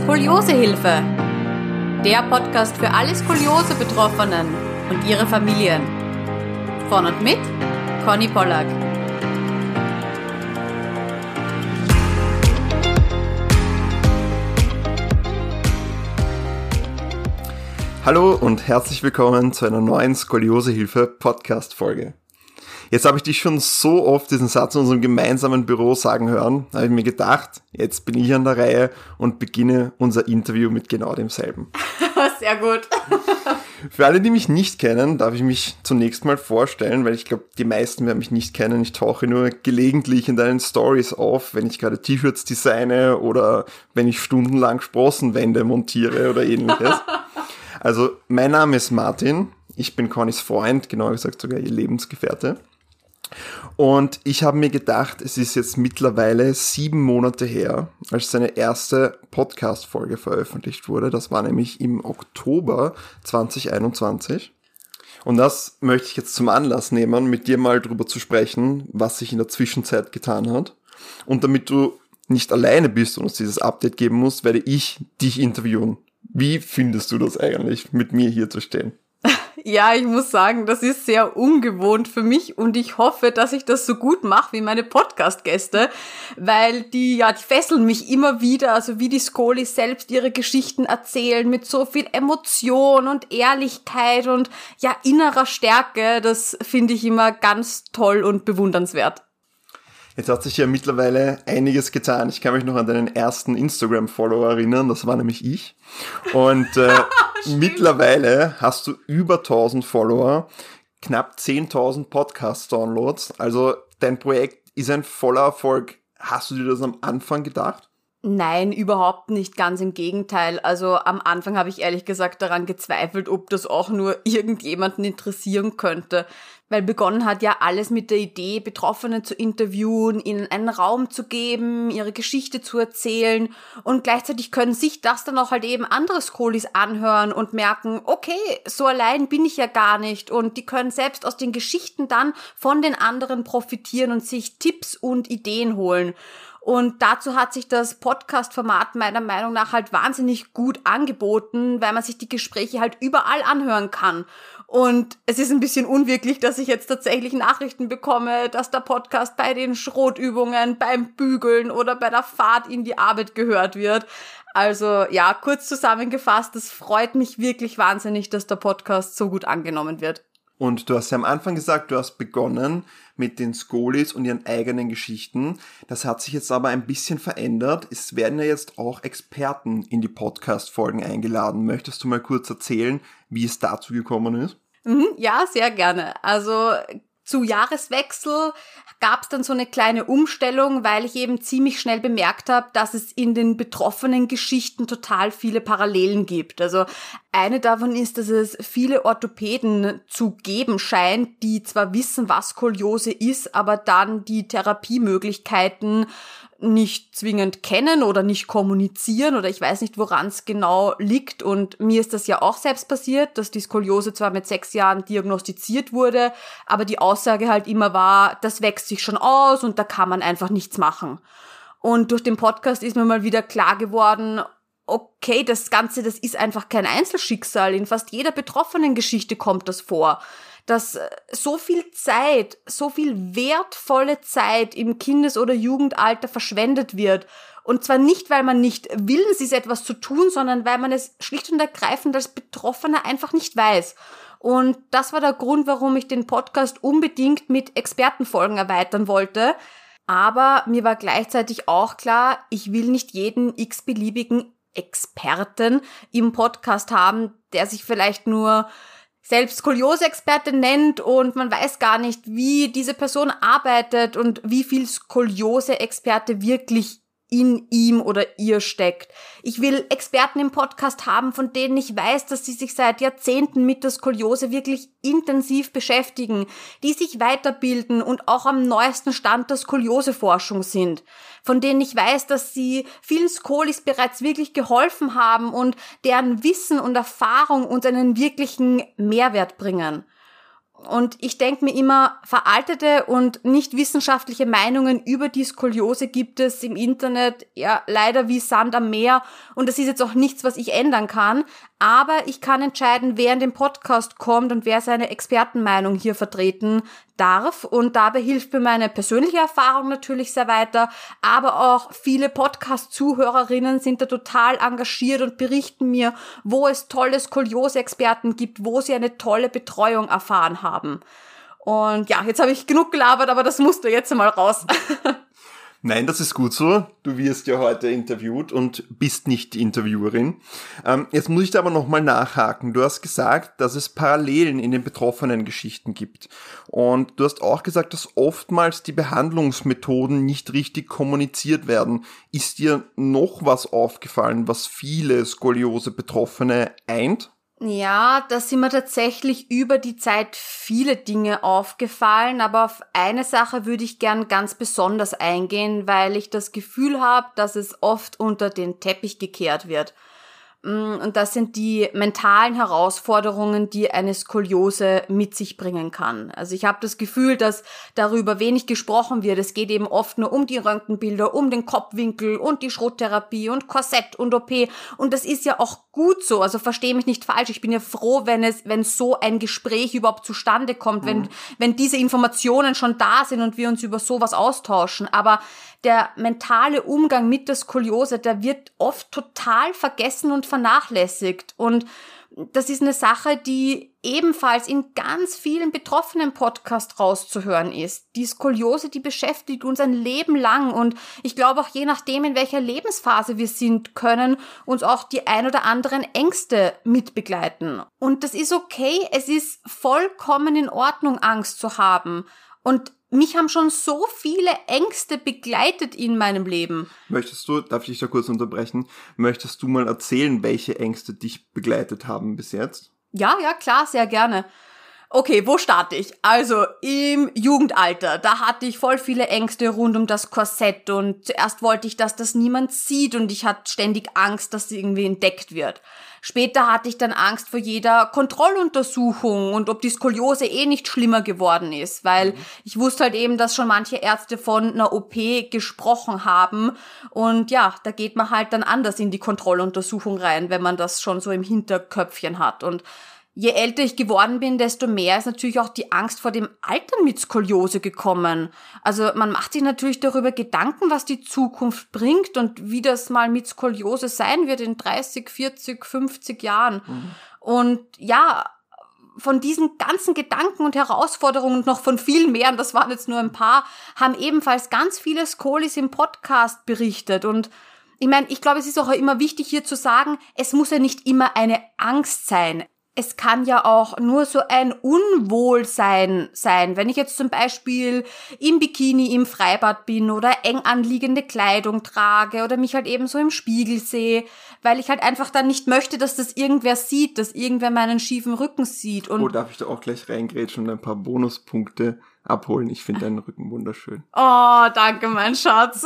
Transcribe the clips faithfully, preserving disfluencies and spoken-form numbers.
Skoliosehilfe. Der Podcast für alle Skoliose-Betroffenen und ihre Familien. Von und mit Conny Pollack. Hallo und herzlich willkommen zu einer neuen Skoliosehilfe-Podcast-Folge. Jetzt habe ich dich schon so oft diesen Satz in unserem gemeinsamen Büro sagen hören, da habe ich mir gedacht, jetzt bin ich an der Reihe und beginne unser Interview mit genau demselben. Sehr gut. Für alle, die mich nicht kennen, darf ich mich zunächst mal vorstellen, weil ich glaube, die meisten werden mich nicht kennen. Ich tauche nur gelegentlich in deinen Stories auf, wenn ich gerade T-Shirts designe oder wenn ich stundenlang Sprossenwände montiere oder ähnliches. Also, mein Name ist Martin, ich bin Connys Freund, genauer gesagt sogar ihr Lebensgefährte. Und ich habe mir gedacht, es ist jetzt mittlerweile sieben Monate her, als seine erste Podcast-Folge veröffentlicht wurde. Das war nämlich im Oktober zwanzig einundzwanzig. Und das möchte ich jetzt zum Anlass nehmen, mit dir mal drüber zu sprechen, was sich in der Zwischenzeit getan hat. Und damit du nicht alleine bist und uns dieses Update geben musst, werde ich dich interviewen. Wie findest du das eigentlich, mit mir hier zu stehen? Ja, ich muss sagen, das ist sehr ungewohnt für mich und ich hoffe, dass ich das so gut mache wie meine Podcast-Gäste, weil die, ja, die fesseln mich immer wieder, also wie die Skolis selbst ihre Geschichten erzählen mit so viel Emotion und Ehrlichkeit und ja, innerer Stärke, das finde ich immer ganz toll und bewundernswert. Jetzt hat sich ja mittlerweile einiges getan. Ich kann mich noch an deinen ersten Instagram-Follower erinnern, das war nämlich ich. Und äh, mittlerweile hast du über tausend Follower, knapp zehntausend Podcast-Downloads. Also dein Projekt ist ein voller Erfolg. Hast du dir das am Anfang gedacht? Nein, überhaupt nicht, ganz im Gegenteil. Also am Anfang habe ich ehrlich gesagt daran gezweifelt, ob das auch nur irgendjemanden interessieren könnte. Weil begonnen hat ja alles mit der Idee, Betroffene zu interviewen, ihnen einen Raum zu geben, ihre Geschichte zu erzählen und gleichzeitig können sich das dann auch halt eben andere Skolis anhören und merken, okay, so allein bin ich ja gar nicht und die können selbst aus den Geschichten dann von den anderen profitieren und sich Tipps und Ideen holen. Und dazu hat sich das Podcast-Format meiner Meinung nach halt wahnsinnig gut angeboten, weil man sich die Gespräche halt überall anhören kann. Und es ist ein bisschen unwirklich, dass ich jetzt tatsächlich Nachrichten bekomme, dass der Podcast bei den Schrotübungen, beim Bügeln oder bei der Fahrt in die Arbeit gehört wird. Also ja, kurz zusammengefasst, es freut mich wirklich wahnsinnig, dass der Podcast so gut angenommen wird. Und du hast ja am Anfang gesagt, du hast begonnen mit den Skolis und ihren eigenen Geschichten. Das hat sich jetzt aber ein bisschen verändert. Es werden ja jetzt auch Experten in die Podcast-Folgen eingeladen. Möchtest du mal kurz erzählen, wie es dazu gekommen ist? Mhm, ja, sehr gerne. Also zu Jahreswechsel gab es dann so eine kleine Umstellung, weil ich eben ziemlich schnell bemerkt habe, dass es in den betroffenen Geschichten total viele Parallelen gibt. Also eine davon ist, dass es viele Orthopäden zu geben scheint, die zwar wissen, was Skoliose ist, aber dann die Therapiemöglichkeiten nicht zwingend kennen oder nicht kommunizieren oder ich weiß nicht, woran es genau liegt. Und mir ist das ja auch selbst passiert, dass die Skoliose zwar mit sechs Jahren diagnostiziert wurde, aber die Aussage halt immer war, das wächst sich schon aus und da kann man einfach nichts machen. Und durch den Podcast ist mir mal wieder klar geworden, okay, das Ganze, das ist einfach kein Einzelschicksal. In fast jeder betroffenen Geschichte kommt das vor. Dass so viel Zeit, so viel wertvolle Zeit im Kindes- oder Jugendalter verschwendet wird. Und zwar nicht, weil man nicht willens ist, etwas zu tun, sondern weil man es schlicht und ergreifend als Betroffener einfach nicht weiß. Und das war der Grund, warum ich den Podcast unbedingt mit Expertenfolgen erweitern wollte. Aber mir war gleichzeitig auch klar, ich will nicht jeden x-beliebigen Experten im Podcast haben, der sich vielleicht nur selbst Skoliose-Experte nennt und man weiß gar nicht, wie diese Person arbeitet und wie viel Skoliose-Experte wirklich in ihm oder ihr steckt. Ich will Experten im Podcast haben, von denen ich weiß, dass sie sich seit Jahrzehnten mit der Skoliose wirklich intensiv beschäftigen, die sich weiterbilden und auch am neuesten Stand der Skoliose-Forschung sind, von denen ich weiß, dass sie vielen Skolis bereits wirklich geholfen haben und deren Wissen und Erfahrung uns einen wirklichen Mehrwert bringen. Und ich denke mir immer, veraltete und nicht wissenschaftliche Meinungen über die Skoliose gibt es im Internet ja leider wie Sand am Meer. Und das ist jetzt auch nichts, was ich ändern kann. Aber ich kann entscheiden, wer in den Podcast kommt und wer seine Expertenmeinung hier vertreten darf. Und dabei hilft mir meine persönliche Erfahrung natürlich sehr weiter. Aber auch viele Podcast-Zuhörerinnen sind da total engagiert und berichten mir, wo es tolle Skoliose-Experten gibt, wo sie eine tolle Betreuung erfahren haben. Und ja, jetzt habe ich genug gelabert, aber das musst du jetzt mal raus. Nein, das ist gut so. Du wirst ja heute interviewt und bist nicht die Interviewerin. Ähm, jetzt muss ich da aber nochmal nachhaken. Du hast gesagt, dass es Parallelen in den betroffenen Geschichten gibt. Und du hast auch gesagt, dass oftmals die Behandlungsmethoden nicht richtig kommuniziert werden. Ist dir noch was aufgefallen, was viele Skoliose-Betroffene eint? Ja, da sind mir tatsächlich über die Zeit viele Dinge aufgefallen, aber auf eine Sache würde ich gern ganz besonders eingehen, weil ich das Gefühl habe, dass es oft unter den Teppich gekehrt wird. Und das sind die mentalen Herausforderungen, die eine Skoliose mit sich bringen kann. Also ich habe das Gefühl, dass darüber wenig gesprochen wird. Es geht eben oft nur um die Röntgenbilder, um den Kopfwinkel und die Schrottherapie und Korsett und O P. Und das ist ja auch gut so. Also verstehe mich nicht falsch. Ich bin ja froh, wenn es, wenn so ein Gespräch überhaupt zustande kommt, mhm. wenn, wenn diese Informationen schon da sind und wir uns über sowas austauschen. Aber der mentale Umgang mit der Skoliose, der wird oft total vergessen und vernachlässigt. Und das ist eine Sache, die ebenfalls in ganz vielen betroffenen Podcasts rauszuhören ist. Die Skoliose, die beschäftigt uns ein Leben lang. Und ich glaube auch je nachdem, in welcher Lebensphase wir sind, können uns auch die ein oder anderen Ängste mitbegleiten. Und das ist okay. Es ist vollkommen in Ordnung, Angst zu haben. Und mich haben schon so viele Ängste begleitet in meinem Leben. Möchtest du, darf ich dich da kurz unterbrechen, möchtest du mal erzählen, welche Ängste dich begleitet haben bis jetzt? Ja, ja, klar, sehr gerne. Okay, wo starte ich? Also im Jugendalter, da hatte ich voll viele Ängste rund um das Korsett und zuerst wollte ich, dass das niemand sieht und ich hatte ständig Angst, dass es irgendwie entdeckt wird. Später hatte ich dann Angst vor jeder Kontrolluntersuchung und ob die Skoliose eh nicht schlimmer geworden ist, weil mhm. ich wusste halt eben, dass schon manche Ärzte von einer O P gesprochen haben und ja, da geht man halt dann anders in die Kontrolluntersuchung rein, wenn man das schon so im Hinterköpfchen hat. Und je älter ich geworden bin, desto mehr ist natürlich auch die Angst vor dem Altern mit Skoliose gekommen. Also man macht sich natürlich darüber Gedanken, was die Zukunft bringt und wie das mal mit Skoliose sein wird in dreißig, vierzig, fünfzig Jahren. Mhm. Und ja, von diesen ganzen Gedanken und Herausforderungen und noch von vielen mehr, und das waren jetzt nur ein paar, haben ebenfalls ganz viele Skolis im Podcast berichtet. Und ich meine, ich glaube, es ist auch immer wichtig hier zu sagen, es muss ja nicht immer eine Angst sein. Es kann ja auch nur so ein Unwohlsein sein, wenn ich jetzt zum Beispiel im Bikini im Freibad bin oder eng anliegende Kleidung trage oder mich halt eben so im Spiegel sehe, weil ich halt einfach dann nicht möchte, dass das irgendwer sieht, dass irgendwer meinen schiefen Rücken sieht. Und oh, darf ich da auch gleich reingrätschen und ein paar Bonuspunkte abholen? Ich finde deinen Rücken wunderschön. Oh, danke, mein Schatz.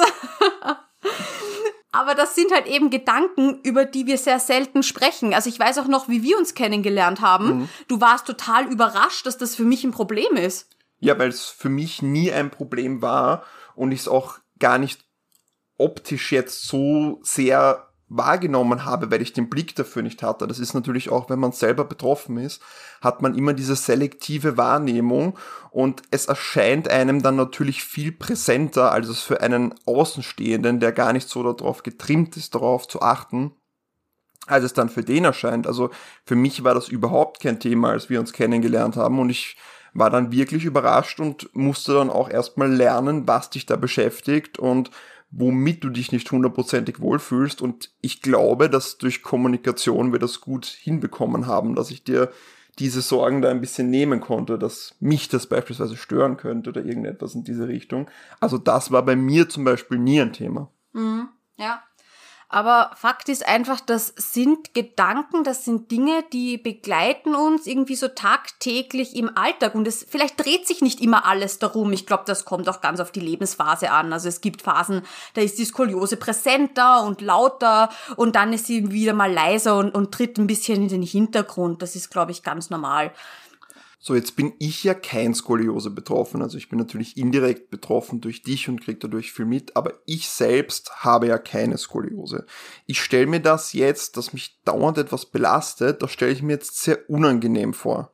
Aber das sind halt eben Gedanken, über die wir sehr selten sprechen. Also ich weiß auch noch, wie wir uns kennengelernt haben. Mhm. Du warst total überrascht, dass das für mich ein Problem ist. Ja, weil es für mich nie ein Problem war und ich es auch gar nicht optisch jetzt so sehr wahrgenommen habe, weil ich den Blick dafür nicht hatte. Das ist natürlich auch, wenn man selber betroffen ist, hat man immer diese selektive Wahrnehmung und es erscheint einem dann natürlich viel präsenter, als es für einen Außenstehenden, der gar nicht so darauf getrimmt ist, darauf zu achten, als es dann für den erscheint. Also für mich war das überhaupt kein Thema, als wir uns kennengelernt haben und ich war dann wirklich überrascht und musste dann auch erstmal lernen, was dich da beschäftigt und womit du dich nicht hundertprozentig wohlfühlst. Und ich glaube, dass durch Kommunikation wir das gut hinbekommen haben, dass ich dir diese Sorgen da ein bisschen nehmen konnte, dass mich das beispielsweise stören könnte oder irgendetwas in diese Richtung. Also das war bei mir zum Beispiel nie ein Thema. Mhm, ja. Aber Fakt ist einfach, das sind Gedanken, das sind Dinge, die begleiten uns irgendwie so tagtäglich im Alltag. Und es vielleicht dreht sich nicht immer alles darum. Ich glaube, das kommt auch ganz auf die Lebensphase an. Also es gibt Phasen, da ist die Skoliose präsenter und lauter und dann ist sie wieder mal leiser und, und tritt ein bisschen in den Hintergrund. Das ist, glaube ich, ganz normal. So, jetzt bin ich ja kein Skoliose betroffen. Also ich bin natürlich indirekt betroffen durch dich und kriege dadurch viel mit, aber ich selbst habe ja keine Skoliose. Ich stelle mir das jetzt, dass mich dauernd etwas belastet, das stelle ich mir jetzt sehr unangenehm vor.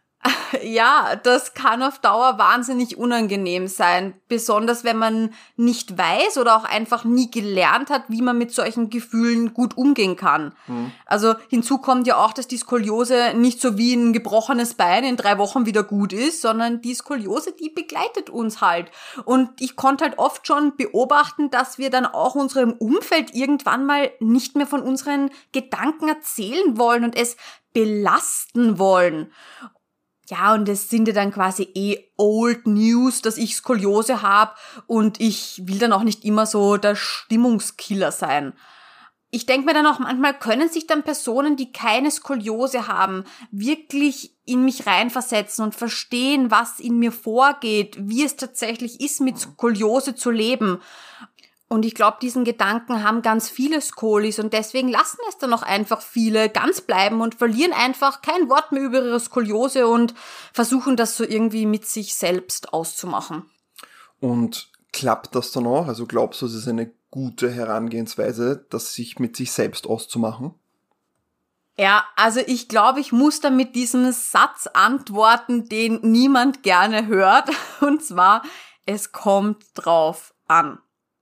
Ja, das kann auf Dauer wahnsinnig unangenehm sein, besonders wenn man nicht weiß oder auch einfach nie gelernt hat, wie man mit solchen Gefühlen gut umgehen kann. Mhm. Also hinzu kommt ja auch, dass die Skoliose nicht so wie ein gebrochenes Bein in drei Wochen wieder gut ist, sondern die Skoliose, die begleitet uns halt. Und ich konnte halt oft schon beobachten, dass wir dann auch unserem Umfeld irgendwann mal nicht mehr von unseren Gedanken erzählen wollen und es belasten wollen. Ja, und es sind ja dann quasi eh Old News, dass ich Skoliose habe und ich will dann auch nicht immer so der Stimmungskiller sein. Ich denke mir dann auch manchmal, können sich dann Personen, die keine Skoliose haben, wirklich in mich reinversetzen und verstehen, was in mir vorgeht, wie es tatsächlich ist, mit Skoliose zu leben. Und ich glaube, diesen Gedanken haben ganz viele Skolis und deswegen lassen es dann auch einfach viele ganz bleiben und verlieren einfach kein Wort mehr über ihre Skoliose und versuchen das so irgendwie mit sich selbst auszumachen. Und klappt das dann auch? Also glaubst du, es ist eine gute Herangehensweise, das sich mit sich selbst auszumachen? Ja, also ich glaube, ich muss dann mit diesem Satz antworten, den niemand gerne hört. Und zwar, es kommt drauf an.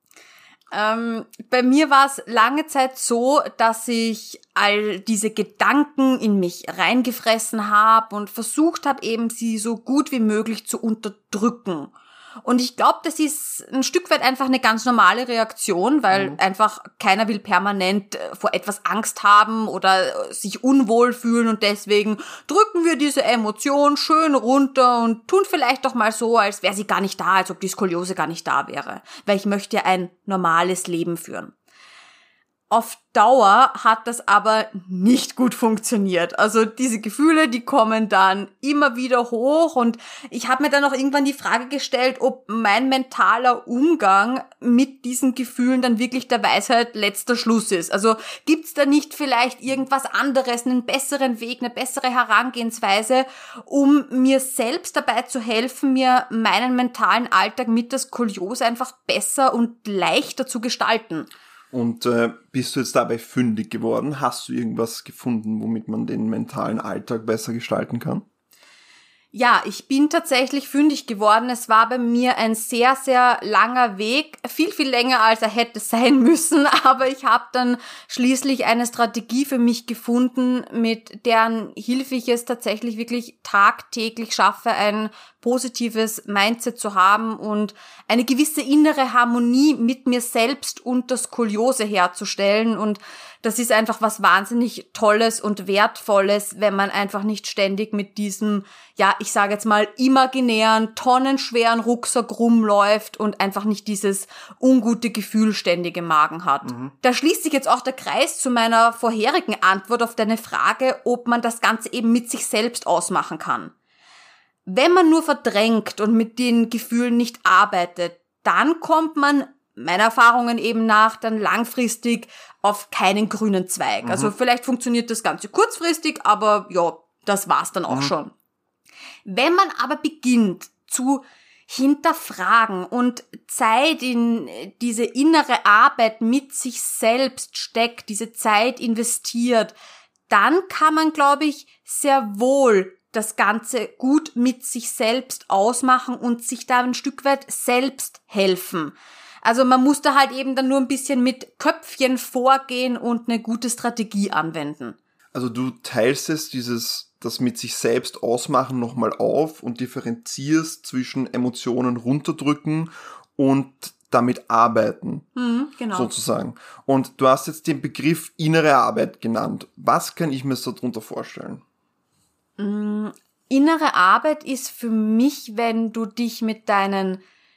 Ähm, bei mir war es lange Zeit so, dass ich all diese Gedanken in mich reingefressen habe und versucht habe, eben sie so gut wie möglich zu unterdrücken. Und ich glaube, das ist ein Stück weit einfach eine ganz normale Reaktion, weil mhm. einfach keiner will permanent vor etwas Angst haben oder sich unwohl fühlen und deswegen drücken wir diese Emotion schön runter und tun vielleicht doch mal so, als wäre sie gar nicht da, als ob die Skoliose gar nicht da wäre, weil ich möchte ja ein normales Leben führen. Auf Dauer hat das aber nicht gut funktioniert. Also diese Gefühle, die kommen dann immer wieder hoch und ich habe mir dann auch irgendwann die Frage gestellt, ob mein mentaler Umgang mit diesen Gefühlen dann wirklich der Weisheit letzter Schluss ist. Also gibt's da nicht vielleicht irgendwas anderes, einen besseren Weg, eine bessere Herangehensweise, um mir selbst dabei zu helfen, mir meinen mentalen Alltag mit der Skoliose einfach besser und leichter zu gestalten? Und äh, bist du jetzt dabei fündig geworden? Hast du irgendwas gefunden, womit man den mentalen Alltag besser gestalten kann? Ja, ich bin tatsächlich fündig geworden. Es war bei mir ein sehr, sehr langer Weg. Viel, viel länger, als er hätte sein müssen. Aber ich habe dann schließlich eine Strategie für mich gefunden, mit deren Hilfe ich es tatsächlich wirklich tagtäglich schaffe, ein positives Mindset zu haben und eine gewisse innere Harmonie mit mir selbst und der Skoliose herzustellen. Und das ist einfach was wahnsinnig Tolles und Wertvolles, wenn man einfach nicht ständig mit diesem, ja, ich sage jetzt mal, imaginären, tonnenschweren Rucksack rumläuft und einfach nicht dieses ungute Gefühl ständig im Magen hat. Mhm. Da schließt sich jetzt auch der Kreis zu meiner vorherigen Antwort auf deine Frage, ob man das Ganze eben mit sich selbst ausmachen kann. Wenn man nur verdrängt und mit den Gefühlen nicht arbeitet, dann kommt man meiner Erfahrungen eben nach dann langfristig auf keinen grünen Zweig. Mhm. Also vielleicht funktioniert das Ganze kurzfristig, aber ja, das war's dann auch mhm. schon. Wenn man aber beginnt zu hinterfragen und Zeit in diese innere Arbeit mit sich selbst steckt, diese Zeit investiert, dann kann man, glaube ich, sehr wohl das Ganze gut mit sich selbst ausmachen und sich da ein Stück weit selbst helfen. Also man muss da halt eben dann nur ein bisschen mit Köpfchen vorgehen und eine gute Strategie anwenden. Also du teilst es, dieses, das mit sich selbst ausmachen nochmal auf und differenzierst zwischen Emotionen runterdrücken und damit arbeiten, mhm, genau. sozusagen. Und du hast jetzt den Begriff innere Arbeit genannt. Was kann ich mir so darunter vorstellen? Mhm. Innere Arbeit ist für mich, wenn du dich mit deinen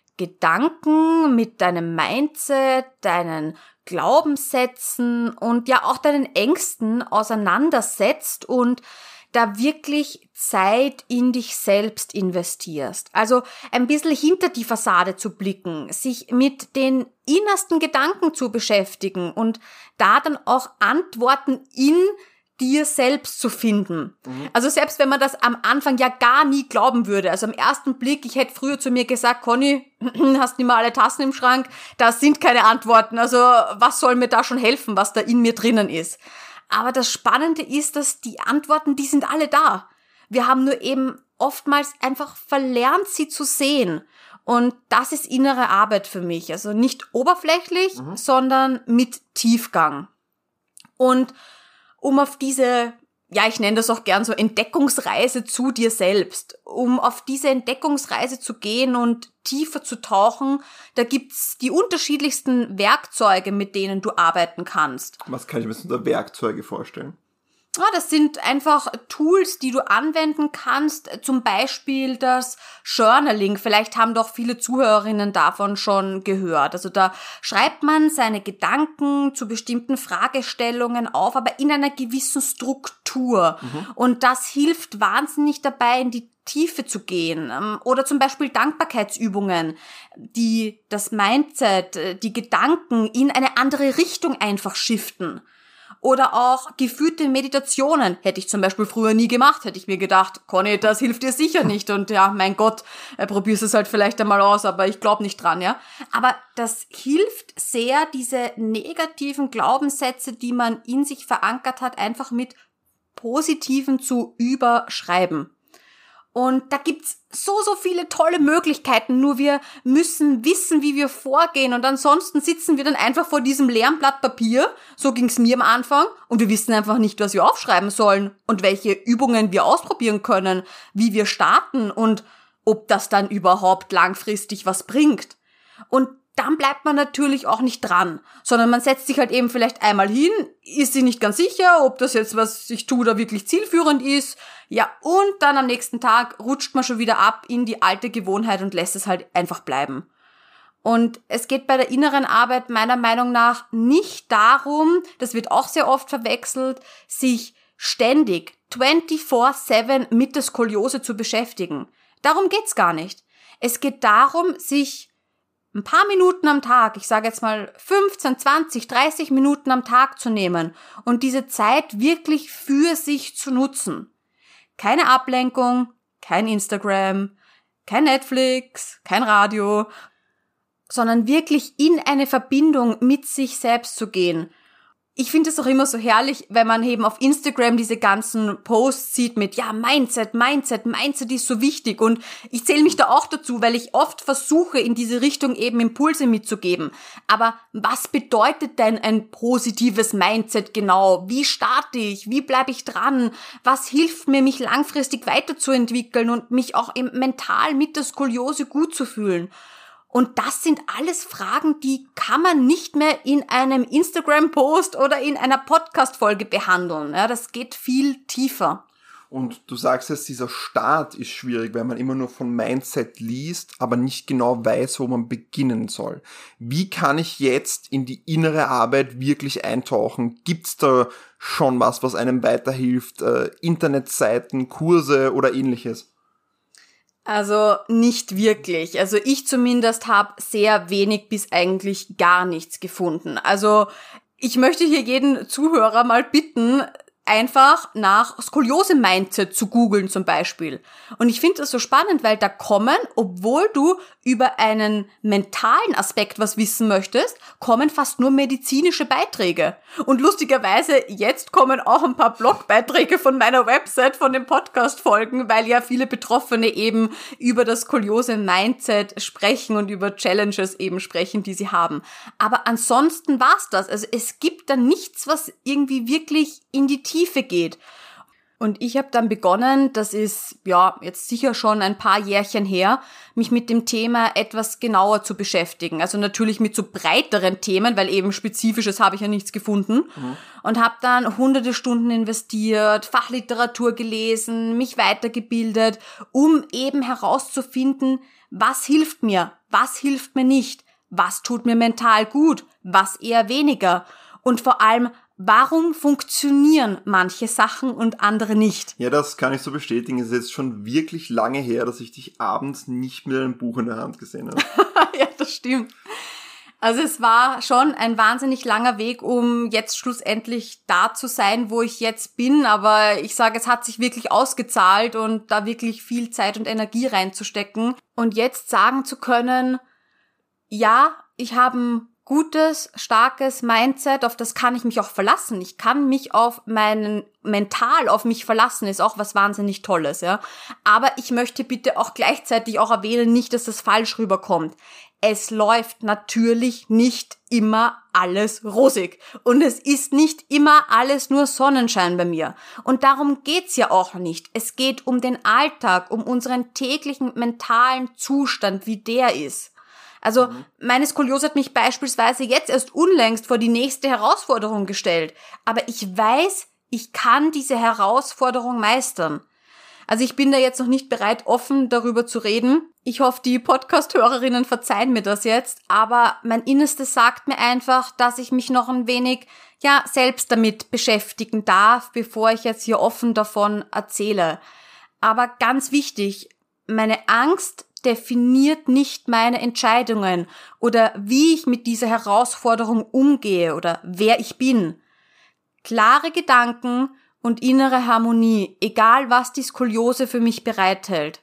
Gedanken, mit deinem Mindset, deinen Glaubenssätzen und ja auch deinen Ängsten auseinandersetzt und da wirklich Zeit in dich selbst investierst. Also ein bisschen hinter die Fassade zu blicken, sich mit den innersten Gedanken zu beschäftigen und da dann auch Antworten in dir selbst zu finden. Mhm. Also selbst wenn man das am Anfang ja gar nie glauben würde, also am ersten Blick, ich hätte früher zu mir gesagt, Conny, hast nicht mal alle Tassen im Schrank, da sind keine Antworten, also was soll mir da schon helfen, was da in mir drinnen ist. Aber das Spannende ist, dass die Antworten, die sind alle da. Wir haben nur eben oftmals einfach verlernt, sie zu sehen. Und das ist innere Arbeit für mich. Also nicht oberflächlich, mhm. sondern mit Tiefgang. Und um auf diese, ja, ich nenne das auch gern so Entdeckungsreise zu dir selbst, um auf diese Entdeckungsreise zu gehen und tiefer zu tauchen, da gibt's die unterschiedlichsten Werkzeuge, mit denen du arbeiten kannst. Was kann ich mir unter Werkzeuge vorstellen? Ja, das sind einfach Tools, die du anwenden kannst, zum Beispiel das Journaling. Vielleicht haben doch viele Zuhörerinnen davon schon gehört. Also da schreibt man seine Gedanken zu bestimmten Fragestellungen auf, aber in einer gewissen Struktur. Mhm. Und das hilft wahnsinnig dabei, in die Tiefe zu gehen. Oder zum Beispiel Dankbarkeitsübungen, die das Mindset, die Gedanken in eine andere Richtung einfach shiften. Oder auch geführte Meditationen. Hätte ich zum Beispiel früher nie gemacht. Hätte ich mir gedacht, Conny, das hilft dir sicher nicht. Und ja, mein Gott, äh, probierst es halt vielleicht einmal aus, aber ich glaube nicht dran, ja. Aber das hilft sehr, diese negativen Glaubenssätze, die man in sich verankert hat, einfach mit positiven zu überschreiben. Und da gibt's so, so viele tolle Möglichkeiten, nur wir müssen wissen, wie wir vorgehen. Und ansonsten sitzen wir dann einfach vor diesem leeren Blatt Papier, so ging's mir am Anfang, und wir wissen einfach nicht, was wir aufschreiben sollen und welche Übungen wir ausprobieren können, wie wir starten und ob das dann überhaupt langfristig was bringt. Und dann bleibt man natürlich auch nicht dran, sondern man setzt sich halt eben vielleicht einmal hin, ist sich nicht ganz sicher, ob das jetzt, was ich tue, da wirklich zielführend ist. Ja, und dann am nächsten Tag rutscht man schon wieder ab in die alte Gewohnheit und lässt es halt einfach bleiben. Und es geht bei der inneren Arbeit meiner Meinung nach nicht darum, das wird auch sehr oft verwechselt, sich ständig vierundzwanzig sieben mit der Skoliose zu beschäftigen. Darum geht's gar nicht. Es geht darum, sich ein paar Minuten am Tag, ich sage jetzt mal fünfzehn, zwanzig, dreißig Minuten am Tag zu nehmen und diese Zeit wirklich für sich zu nutzen. Keine Ablenkung, kein Instagram, kein Netflix, kein Radio, sondern wirklich in eine Verbindung mit sich selbst zu gehen. Ich finde es auch immer so herrlich, wenn man eben auf Instagram diese ganzen Posts sieht mit, ja, Mindset, Mindset, Mindset ist so wichtig. Und ich zähle mich da auch dazu, weil ich oft versuche, in diese Richtung eben Impulse mitzugeben. Aber was bedeutet denn ein positives Mindset genau? Wie starte ich? Wie bleibe ich dran? Was hilft mir, mich langfristig weiterzuentwickeln und mich auch eben mental mit der Skoliose gut zu fühlen? Und das sind alles Fragen, die kann man nicht mehr in einem Instagram-Post oder in einer Podcast-Folge behandeln. Ja, das geht viel tiefer. Und du sagst jetzt, dieser Start ist schwierig, weil man immer nur von Mindset liest, aber nicht genau weiß, wo man beginnen soll. Wie kann ich jetzt in die innere Arbeit wirklich eintauchen? Gibt's da schon was, was einem weiterhilft? Äh, Internetseiten, Kurse oder ähnliches? Also nicht wirklich. Also ich zumindest habe sehr wenig bis eigentlich gar nichts gefunden. Also ich möchte hier jeden Zuhörer mal bitten, einfach nach Skoliose-Mindset zu googeln zum Beispiel. Und ich finde das so spannend, weil da kommen, obwohl du über einen mentalen Aspekt was wissen möchtest, kommen fast nur medizinische Beiträge. Und lustigerweise, jetzt kommen auch ein paar Blogbeiträge von meiner Website, von den Podcast-Folgen, weil ja viele Betroffene eben über das Skoliose-Mindset sprechen und über Challenges eben sprechen, die sie haben. Aber ansonsten war's das. Also es gibt da nichts, was irgendwie wirklich in die Tiefe geht. Und ich habe dann begonnen, das ist ja jetzt sicher schon ein paar Jährchen her, mich mit dem Thema etwas genauer zu beschäftigen. Also natürlich mit so breiteren Themen, weil eben Spezifisches habe ich ja nichts gefunden. Mhm. Und habe dann hunderte Stunden investiert, Fachliteratur gelesen, mich weitergebildet, um eben herauszufinden, was hilft mir, was hilft mir nicht, was tut mir mental gut, was eher weniger. Und vor allem, warum funktionieren manche Sachen und andere nicht? Ja, das kann ich so bestätigen. Es ist jetzt schon wirklich lange her, dass ich dich abends nicht mit einem Buch in der Hand gesehen habe. Ja, das stimmt. Also es war schon ein wahnsinnig langer Weg, um jetzt schlussendlich da zu sein, wo ich jetzt bin. Aber ich sage, es hat sich wirklich ausgezahlt und da wirklich viel Zeit und Energie reinzustecken. Und jetzt sagen zu können, ja, ich habe ein gutes, starkes Mindset, auf das kann ich mich auch verlassen. Ich kann mich auf meinen, mental auf mich verlassen, ist auch was wahnsinnig Tolles, ja. Aber ich möchte bitte auch gleichzeitig auch erwähnen, nicht, dass das falsch rüberkommt. Es läuft natürlich nicht immer alles rosig. Und es ist nicht immer alles nur Sonnenschein bei mir. Und darum geht's ja auch nicht. Es geht um den Alltag, um unseren täglichen mentalen Zustand, wie der ist. Also meine Skoliose hat mich beispielsweise jetzt erst unlängst vor die nächste Herausforderung gestellt. Aber ich weiß, ich kann diese Herausforderung meistern. Also ich bin da jetzt noch nicht bereit, offen darüber zu reden. Ich hoffe, die Podcast-Hörerinnen verzeihen mir das jetzt. Aber mein Innerstes sagt mir einfach, dass ich mich noch ein wenig, ja, selbst damit beschäftigen darf, bevor ich jetzt hier offen davon erzähle. Aber ganz wichtig, meine Angst definiert nicht meine Entscheidungen oder wie ich mit dieser Herausforderung umgehe oder wer ich bin. Klare Gedanken und innere Harmonie, egal was die Skoliose für mich bereithält.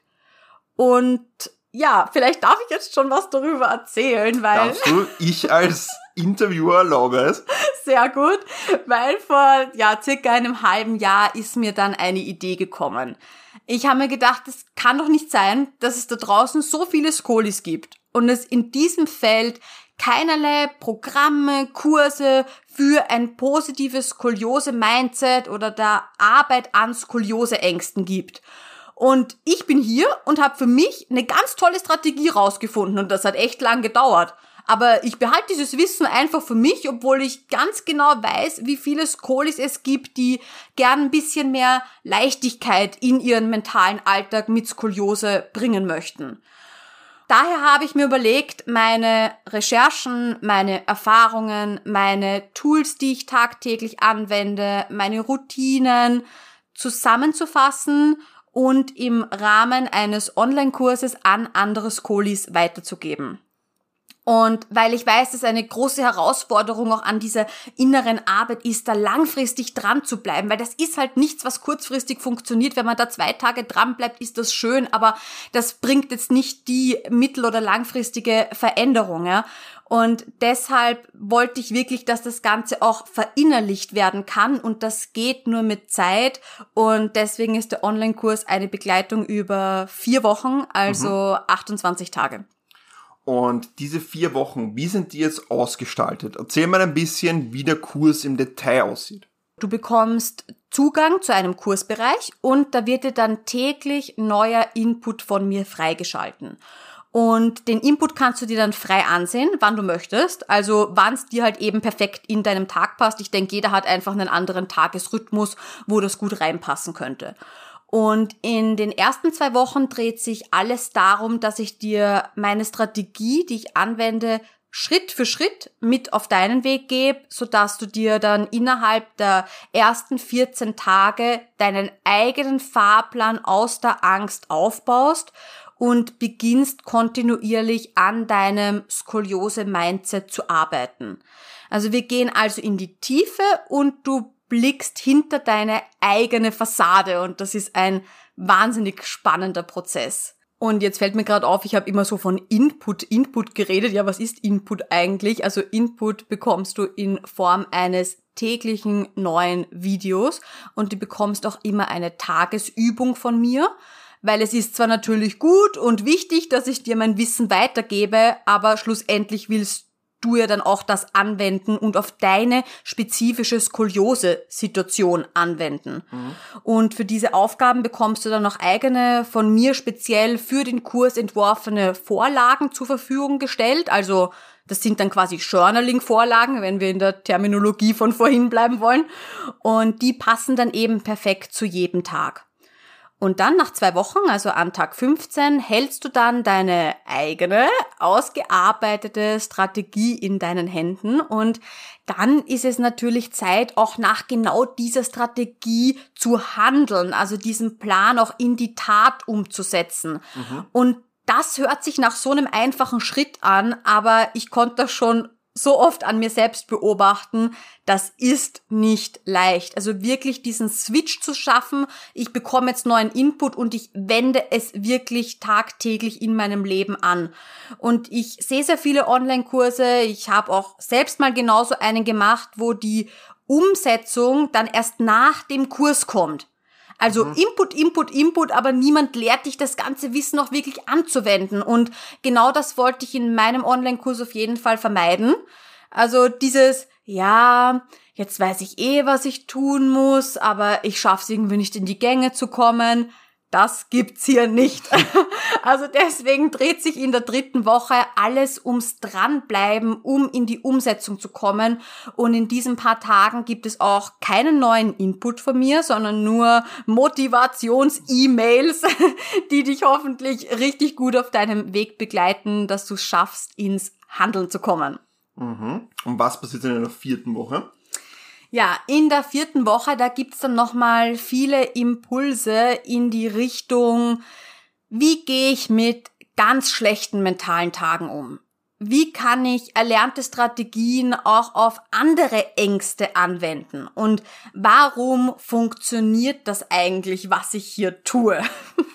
Und ja, vielleicht darf ich jetzt schon was darüber erzählen, weil... Darfst du? Ich als Interviewer erlaube es. Sehr gut, weil vor ja circa einem halben Jahr ist mir dann eine Idee gekommen. Ich habe mir gedacht, es kann doch nicht sein, dass es da draußen so viele Skolis gibt und es in diesem Feld keinerlei Programme, Kurse für ein positives Skoliose-Mindset oder der Arbeit an Skoliose-Ängsten gibt. Und ich bin hier und habe für mich eine ganz tolle Strategie rausgefunden und das hat echt lang gedauert. Aber ich behalte dieses Wissen einfach für mich, obwohl ich ganz genau weiß, wie viele Skolis es gibt, die gern ein bisschen mehr Leichtigkeit in ihren mentalen Alltag mit Skoliose bringen möchten. Daher habe ich mir überlegt, meine Recherchen, meine Erfahrungen, meine Tools, die ich tagtäglich anwende, meine Routinen zusammenzufassen und im Rahmen eines Online-Kurses an andere Skolis weiterzugeben. Und weil ich weiß, dass eine große Herausforderung auch an dieser inneren Arbeit ist, da langfristig dran zu bleiben, weil das ist halt nichts, was kurzfristig funktioniert. Wenn man da zwei Tage dran bleibt, ist das schön, aber das bringt jetzt nicht die mittel- oder langfristige Veränderung, ja. Und deshalb wollte ich wirklich, dass das Ganze auch verinnerlicht werden kann und das geht nur mit Zeit und deswegen ist der Online-Kurs eine Begleitung über vier Wochen, also mhm. achtundzwanzig Tage. Und diese vier Wochen, wie sind die jetzt ausgestaltet? Erzähl mal ein bisschen, wie der Kurs im Detail aussieht. Du bekommst Zugang zu einem Kursbereich und da wird dir dann täglich neuer Input von mir freigeschalten. Und den Input kannst du dir dann frei ansehen, wann du möchtest. Also wann es dir halt eben perfekt in deinem Tag passt. Ich denke, jeder hat einfach einen anderen Tagesrhythmus, wo das gut reinpassen könnte. Und in den ersten zwei Wochen dreht sich alles darum, dass ich dir meine Strategie, die ich anwende, Schritt für Schritt mit auf deinen Weg gebe, sodass du dir dann innerhalb der ersten vierzehn Tage deinen eigenen Fahrplan aus der Angst aufbaust und beginnst kontinuierlich an deinem Skoliose-Mindset zu arbeiten. Also wir gehen also in die Tiefe und du blickst hinter deine eigene Fassade und das ist ein wahnsinnig spannender Prozess. Und jetzt fällt mir gerade auf, ich habe immer so von Input, Input geredet. Ja, was ist Input eigentlich? Also Input bekommst du in Form eines täglichen neuen Videos und du bekommst auch immer eine Tagesübung von mir, weil es ist zwar natürlich gut und wichtig, dass ich dir mein Wissen weitergebe, aber schlussendlich willst du ja dann auch das anwenden und auf deine spezifische Skoliose-Situation anwenden. Mhm. Und für diese Aufgaben bekommst du dann noch eigene, von mir speziell für den Kurs entworfene Vorlagen zur Verfügung gestellt. Also das sind dann quasi Journaling-Vorlagen, wenn wir in der Terminologie von vorhin bleiben wollen. Und die passen dann eben perfekt zu jedem Tag. Und dann nach zwei Wochen, also an Tag fünfzehn, hältst du dann deine eigene, ausgearbeitete Strategie in deinen Händen. Und dann ist es natürlich Zeit, auch nach genau dieser Strategie zu handeln, also diesen Plan auch in die Tat umzusetzen. Mhm. Und das hört sich nach so einem einfachen Schritt an, aber ich konnte das schon so oft an mir selbst beobachten, das ist nicht leicht. Also wirklich diesen Switch zu schaffen, ich bekomme jetzt neuen Input und ich wende es wirklich tagtäglich in meinem Leben an. Und ich sehe sehr viele Online-Kurse, ich habe auch selbst mal genauso einen gemacht, wo die Umsetzung dann erst nach dem Kurs kommt. Also mhm. Input, Input, Input, aber niemand lehrt dich, das ganze Wissen auch wirklich anzuwenden. Und genau das wollte ich in meinem Online-Kurs auf jeden Fall vermeiden. Also dieses, ja, jetzt weiß ich eh, was ich tun muss, aber ich schaffe es irgendwie nicht in die Gänge zu kommen. Das gibt's hier nicht. Also deswegen dreht sich in der dritten Woche alles ums Dranbleiben, um in die Umsetzung zu kommen. Und in diesen paar Tagen gibt es auch keinen neuen Input von mir, sondern nur Motivations-E-Mails, die dich hoffentlich richtig gut auf deinem Weg begleiten, dass du es schaffst, ins Handeln zu kommen. Mhm. Und was passiert denn in der vierten Woche? Ja, in der vierten Woche, da gibt's dann nochmal viele Impulse in die Richtung, wie gehe ich mit ganz schlechten mentalen Tagen um? Wie kann ich erlernte Strategien auch auf andere Ängste anwenden? Und warum funktioniert das eigentlich, was ich hier tue?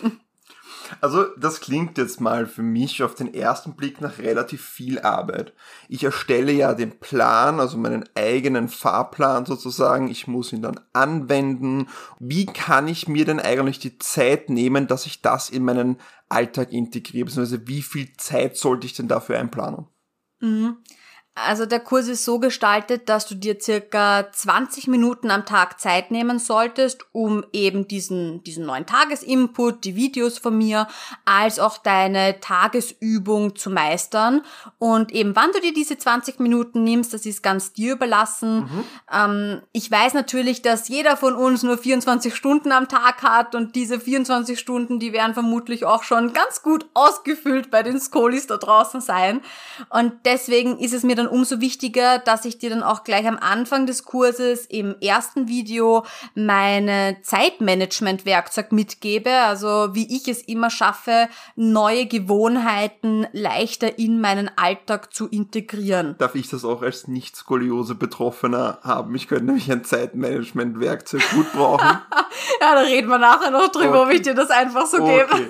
Also das klingt jetzt mal für mich auf den ersten Blick nach relativ viel Arbeit. Ich erstelle ja den Plan, also meinen eigenen Fahrplan sozusagen. Ich muss ihn dann anwenden. Wie kann ich mir denn eigentlich die Zeit nehmen, dass ich das in meinen Alltag integriere? Beziehungsweise wie viel Zeit sollte ich denn dafür einplanen? Mhm. Also der Kurs ist so gestaltet, dass du dir circa zwanzig Minuten am Tag Zeit nehmen solltest, um eben diesen diesen neuen Tagesinput, die Videos von mir, als auch deine Tagesübung zu meistern. Und eben wann du dir diese zwanzig Minuten nimmst, das ist ganz dir überlassen. Mhm. Ähm, ich weiß natürlich, dass jeder von uns nur vierundzwanzig Stunden am Tag hat und diese vierundzwanzig Stunden, die werden vermutlich auch schon ganz gut ausgefüllt bei den Skolis da draußen sein. Und deswegen ist es mir dann umso wichtiger, dass ich dir dann auch gleich am Anfang des Kurses im ersten Video meine Zeitmanagement-Werkzeug mitgebe, also wie ich es immer schaffe, neue Gewohnheiten leichter in meinen Alltag zu integrieren. Darf ich das auch als Nicht-Skoliose-Betroffener haben? Ich könnte nämlich ein Zeitmanagement-Werkzeug gut brauchen. Ja, da reden wir nachher noch drüber, okay. ob ich dir das einfach so okay. gebe.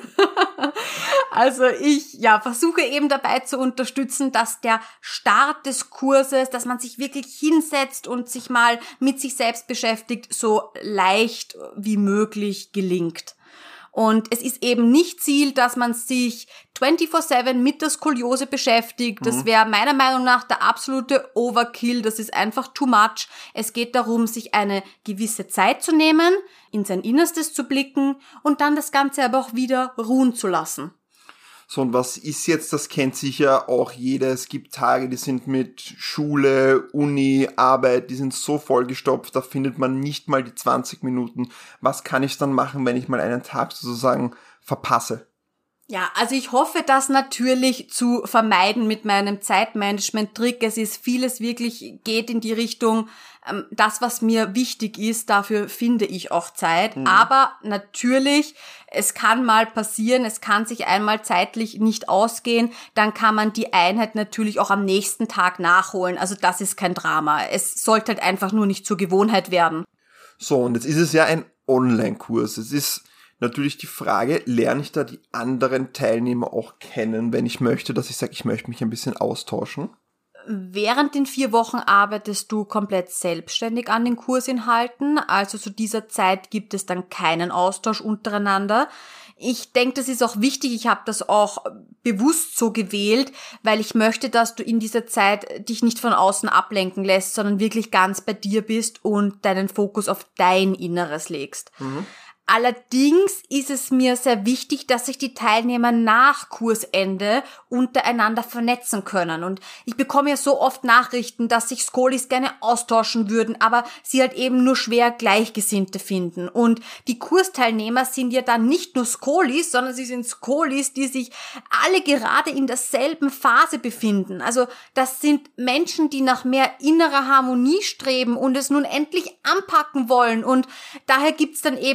Also ich ja versuche eben dabei zu unterstützen, dass der Start des Kurses, dass man sich wirklich hinsetzt und sich mal mit sich selbst beschäftigt, so leicht wie möglich gelingt. Und es ist eben nicht Ziel, dass man sich vierundzwanzig sieben mit der Skoliose beschäftigt. Das wäre meiner Meinung nach der absolute Overkill. Das ist einfach too much. Es geht darum, sich eine gewisse Zeit zu nehmen, in sein Innerstes zu blicken und dann das Ganze aber auch wieder ruhen zu lassen. So, und was ist jetzt, das kennt sicher auch jeder, es gibt Tage, die sind mit Schule, Uni, Arbeit, die sind so vollgestopft, da findet man nicht mal die zwanzig Minuten. Was kann ich dann machen, wenn ich mal einen Tag sozusagen verpasse? Ja, also ich hoffe, das natürlich zu vermeiden mit meinem Zeitmanagement-Trick. Es ist vieles wirklich, geht in die Richtung, ähm, das, was mir wichtig ist, dafür finde ich auch Zeit. Mhm. Aber natürlich, es kann mal passieren, es kann sich einmal zeitlich nicht ausgehen, dann kann man die Einheit natürlich auch am nächsten Tag nachholen. Also das ist kein Drama. Es sollte halt einfach nur nicht zur Gewohnheit werden. So, und jetzt ist es ja ein Online-Kurs. Es ist natürlich die Frage, lerne ich da die anderen Teilnehmer auch kennen, wenn ich möchte, dass ich sage, ich möchte mich ein bisschen austauschen? Während den vier Wochen arbeitest du komplett selbstständig an den Kursinhalten, also zu dieser Zeit gibt es dann keinen Austausch untereinander. Ich denke, das ist auch wichtig, ich habe das auch bewusst so gewählt, weil ich möchte, dass du in dieser Zeit dich nicht von außen ablenken lässt, sondern wirklich ganz bei dir bist und deinen Fokus auf dein Inneres legst. Mhm. Allerdings ist es mir sehr wichtig, dass sich die Teilnehmer nach Kursende untereinander vernetzen können. Und ich bekomme ja so oft Nachrichten, dass sich Skolis gerne austauschen würden, aber sie halt eben nur schwer Gleichgesinnte finden. Und die Kursteilnehmer sind ja dann nicht nur Skolis, sondern sie sind Skolis, die sich alle gerade in derselben Phase befinden. Also das sind Menschen, die nach mehr innerer Harmonie streben und es nun endlich anpacken wollen. Und daher gibt's dann eben auch am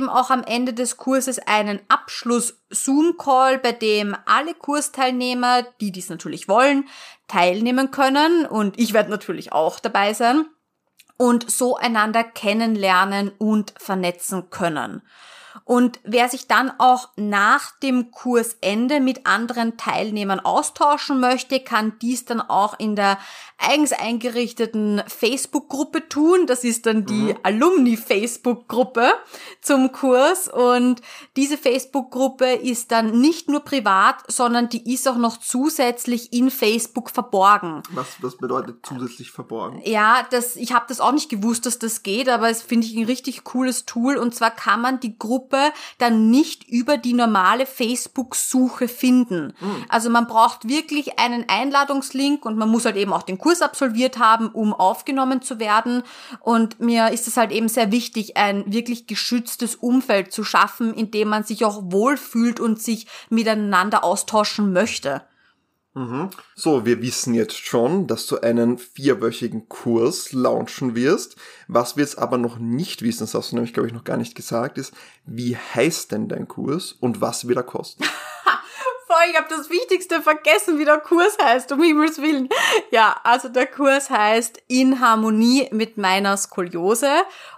am Ende des Kurses einen Abschluss-Zoom-Call, bei dem alle Kursteilnehmer, die dies natürlich wollen, teilnehmen können. Und ich werde natürlich auch dabei sein und so einander kennenlernen und vernetzen können. Und wer sich dann auch nach dem Kursende mit anderen Teilnehmern austauschen möchte, kann dies dann auch in der eigens eingerichteten Facebook-Gruppe tun. Das ist dann die mhm. Alumni-Facebook-Gruppe zum Kurs. Und diese Facebook-Gruppe ist dann nicht nur privat, sondern die ist auch noch zusätzlich in Facebook verborgen. Was, was bedeutet zusätzlich verborgen? Ja, das, ich habe das auch nicht gewusst, dass das geht, aber es finde ich ein richtig cooles Tool. Und zwar kann man die Gruppe dann nicht über die normale Facebook-Suche finden. Mhm. Also man braucht wirklich einen Einladungslink und man muss halt eben auch den Kurs absolviert haben, um aufgenommen zu werden. Und mir ist es halt eben sehr wichtig, ein wirklich geschütztes Umfeld zu schaffen, in dem man sich auch wohlfühlt und sich miteinander austauschen möchte. Mhm. So, wir wissen jetzt schon, dass du einen vierwöchigen Kurs launchen wirst. Was wir jetzt aber noch nicht wissen, das hast du nämlich, glaube ich, noch gar nicht gesagt, ist, wie heißt denn dein Kurs und was wird er kosten? Voll, ich habe das Wichtigste vergessen, wie der Kurs heißt, um Himmels Willen. Ja, also der Kurs heißt In Harmonie mit meiner Skoliose.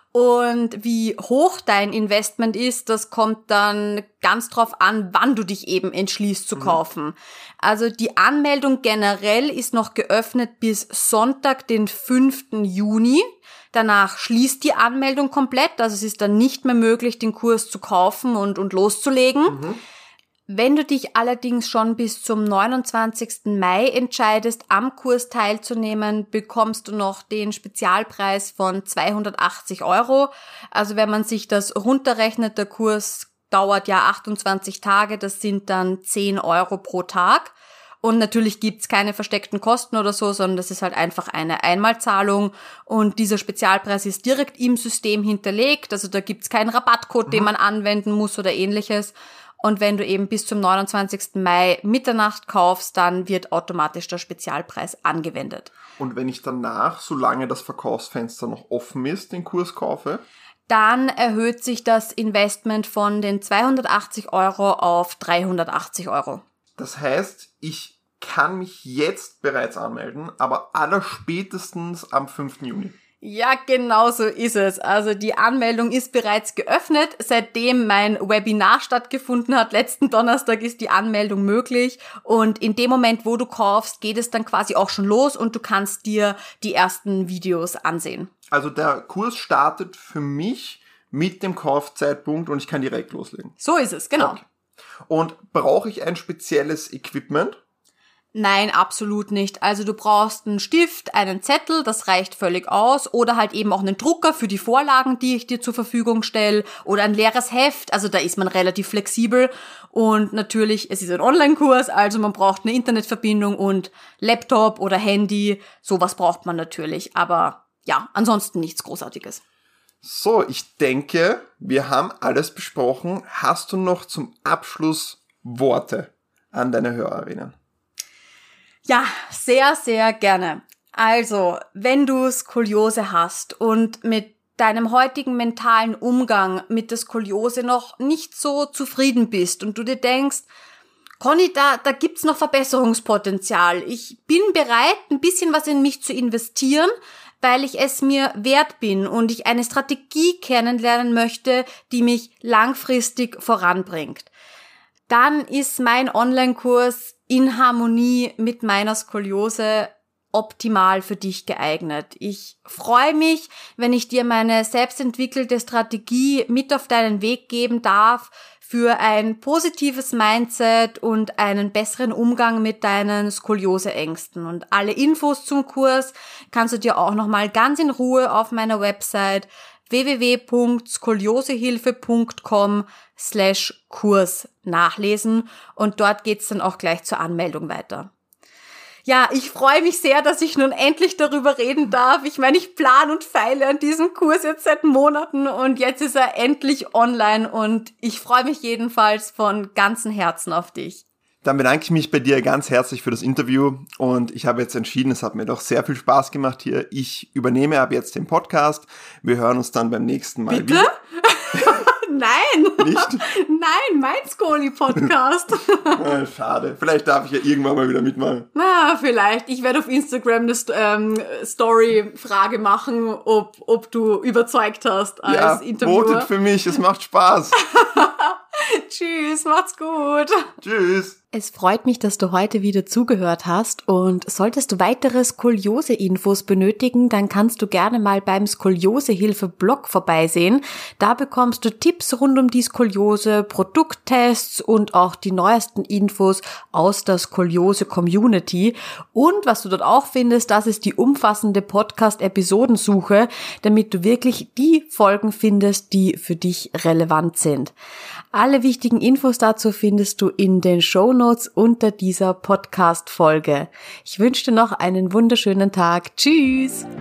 Und wie hoch dein Investment ist, das kommt dann ganz drauf an, wann du dich eben entschließt zu kaufen. Mhm. Also die Anmeldung generell ist noch geöffnet bis Sonntag, den fünften Juni. Danach schließt die Anmeldung komplett, also es ist dann nicht mehr möglich, den Kurs zu kaufen und, und loszulegen. Mhm. Wenn du dich allerdings schon bis zum neunundzwanzigsten Mai entscheidest, am Kurs teilzunehmen, bekommst du noch den Spezialpreis von zweihundertachtzig Euro. Also wenn man sich das runterrechnet, der Kurs dauert ja achtundzwanzig Tage, das sind dann zehn Euro pro Tag. Und natürlich gibt's keine versteckten Kosten oder so, sondern das ist halt einfach eine Einmalzahlung. Und dieser Spezialpreis ist direkt im System hinterlegt. Also da gibt's keinen Rabattcode, mhm. den man anwenden muss oder ähnliches. Und wenn du eben bis zum neunundzwanzigsten Mai Mitternacht kaufst, dann wird automatisch der Spezialpreis angewendet. Und wenn ich danach, solange das Verkaufsfenster noch offen ist, den Kurs kaufe? Dann erhöht sich das Investment von den zweihundertachtzig Euro auf dreihundertachtzig Euro. Das heißt, ich kann mich jetzt bereits anmelden, aber allerspätestens am fünften Juni. Ja, genau so ist es. Also die Anmeldung ist bereits geöffnet. Seitdem mein Webinar stattgefunden hat, letzten Donnerstag, ist die Anmeldung möglich. Und in dem Moment, wo du kaufst, geht es dann quasi auch schon los und du kannst dir die ersten Videos ansehen. Also der Kurs startet für mich mit dem Kaufzeitpunkt und ich kann direkt loslegen. So ist es, genau. Okay. Und brauche ich ein spezielles Equipment? Nein, absolut nicht. Also du brauchst einen Stift, einen Zettel, das reicht völlig aus. Oder halt eben auch einen Drucker für die Vorlagen, die ich dir zur Verfügung stelle. Oder ein leeres Heft, also da ist man relativ flexibel. Und natürlich, es ist ein Online-Kurs, also man braucht eine Internetverbindung und Laptop oder Handy. Sowas braucht man natürlich, aber ja, ansonsten nichts Großartiges. So, ich denke, wir haben alles besprochen. Hast du noch zum Abschluss Worte an deine Hörerinnen? Ja, sehr, sehr gerne. Also, wenn du Skoliose hast und mit deinem heutigen mentalen Umgang mit der Skoliose noch nicht so zufrieden bist und du dir denkst, Conny, da, da gibt's noch Verbesserungspotenzial. Ich bin bereit, ein bisschen was in mich zu investieren, weil ich es mir wert bin und ich eine Strategie kennenlernen möchte, die mich langfristig voranbringt. Dann ist mein Online-Kurs In Harmonie mit meiner Skoliose optimal für dich geeignet. Ich freue mich, wenn ich dir meine selbstentwickelte Strategie mit auf deinen Weg geben darf für ein positives Mindset und einen besseren Umgang mit deinen Skoliose-Ängsten. Und alle Infos zum Kurs kannst du dir auch nochmal ganz in Ruhe auf meiner Website w w w punkt skoliosehilfe punkt com slash Kurs nachlesen und dort geht's dann auch gleich zur Anmeldung weiter. Ja, ich freue mich sehr, dass ich nun endlich darüber reden darf. Ich meine, ich plane und feile an diesem Kurs jetzt seit Monaten und jetzt ist er endlich online und ich freue mich jedenfalls von ganzem Herzen auf dich. Dann bedanke ich mich bei dir ganz herzlich für das Interview und ich habe jetzt entschieden, es hat mir doch sehr viel Spaß gemacht hier. Ich übernehme ab jetzt den Podcast. Wir hören uns dann beim nächsten Mal Bitte? wieder. Nein. Nicht? Nein, mein Skoli-Podcast. Ah, schade. Vielleicht darf ich ja irgendwann mal wieder mitmachen. Na, vielleicht. Ich werde auf Instagram eine ähm, Story-Frage machen, ob, ob du überzeugt hast als ja, Interviewer. Votet für mich, es macht Spaß. Tschüss, macht's gut. Tschüss. Es freut mich, dass du heute wieder zugehört hast, und solltest du weitere Skoliose-Infos benötigen, dann kannst du gerne mal beim Skoliosehilfe-Blog vorbeisehen. Da bekommst du Tipps rund um die Skoliose, Produkttests und auch die neuesten Infos aus der Skoliose-Community. Und was du dort auch findest, das ist die umfassende Podcast-Episodensuche, damit du wirklich die Folgen findest, die für dich relevant sind. Alle wichtigen Infos dazu findest du in den Shownotes unter dieser Podcast-Folge. Ich wünsche dir noch einen wunderschönen Tag. Tschüss!